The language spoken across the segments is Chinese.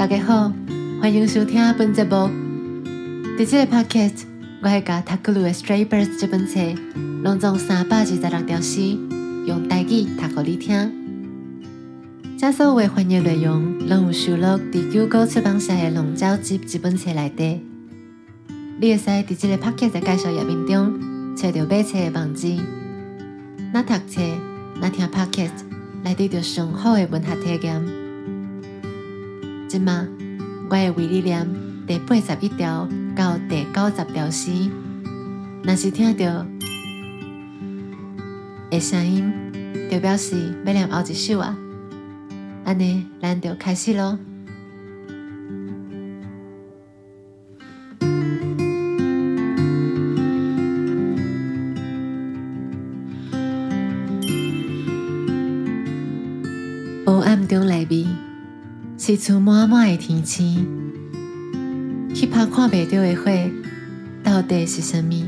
大家好，欢迎收听本节目。在这个 podcast， 我会把 Takulu 的《Stray Birds》这本册拢总326条诗，用台语读给你听。这所有的翻译内容，拢有收录在九歌出版社的《龙鸟集》这本册内底。你会使在这个 podcast 的介绍页面中找到买册的网址。那读册，那听 podcast， 来得到上好的文学体验。今麦，我会为你念第81条到第90条诗。若是听到的声音，就表示要念后一首啊。安尼，咱就开始咯。黑暗中内面是厝满满的天星，迄拍看袂到的火到底是啥物？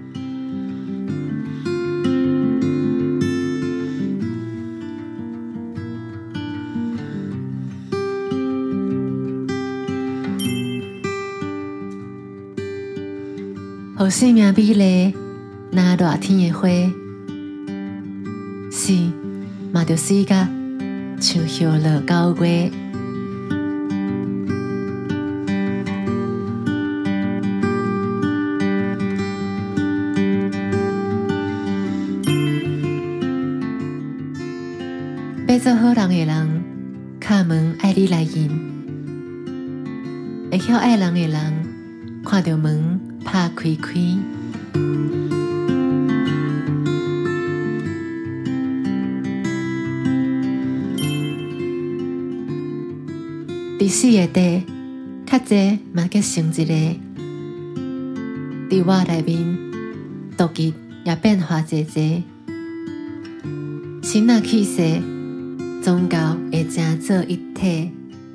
互生命美丽，若热天的花，死嘛就死甲像叶落到月。要做好人的人，敲门爱你来应；会晓爱人的人，看到门拍开开。伫死的底，较济嘛结成一个。伫我内面，毒气也变化济济。心仔气势，宗教会成做一体。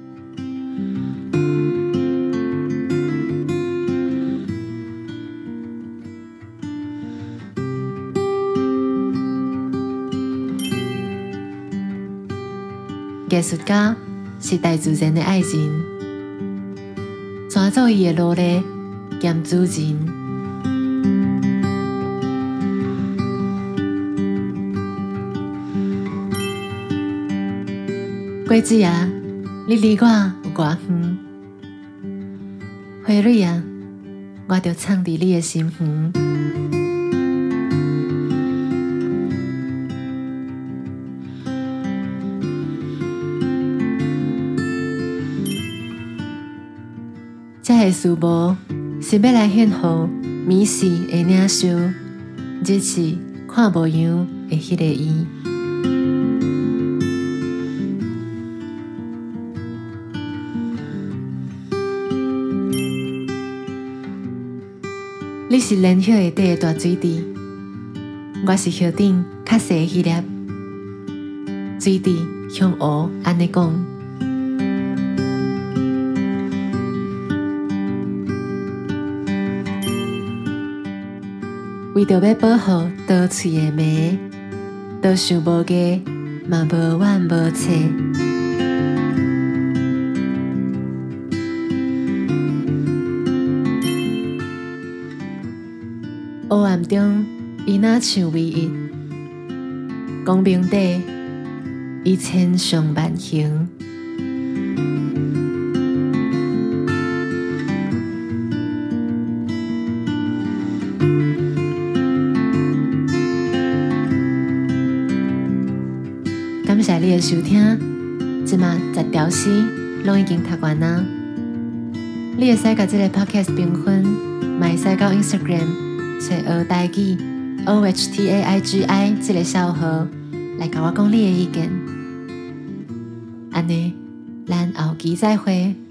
艺术家是大自然的爱人，怎做伊的努力兼主人？果子啊，你离我有偌远？花蕊啊，我就藏伫你的心园。这个事物是要来献予迷失的领袖，即是看无样的迄个伊。你是连叶下底的大水池，我是叶顶较细的迄粒。水池向湖安尼讲。为着要保护倒喙的眉，倒想无价，嘛无怨无切。黑暗中，伊若像唯一；光明底，伊千上万形。感谢你的收听，即马10条诗拢已经读完啦。你会使甲这个 podcast 评分，嘛会使到 Instagram 找学台语 OHTAIGI 这个小号来甲我讲你的意见。安尼，咱后期再会。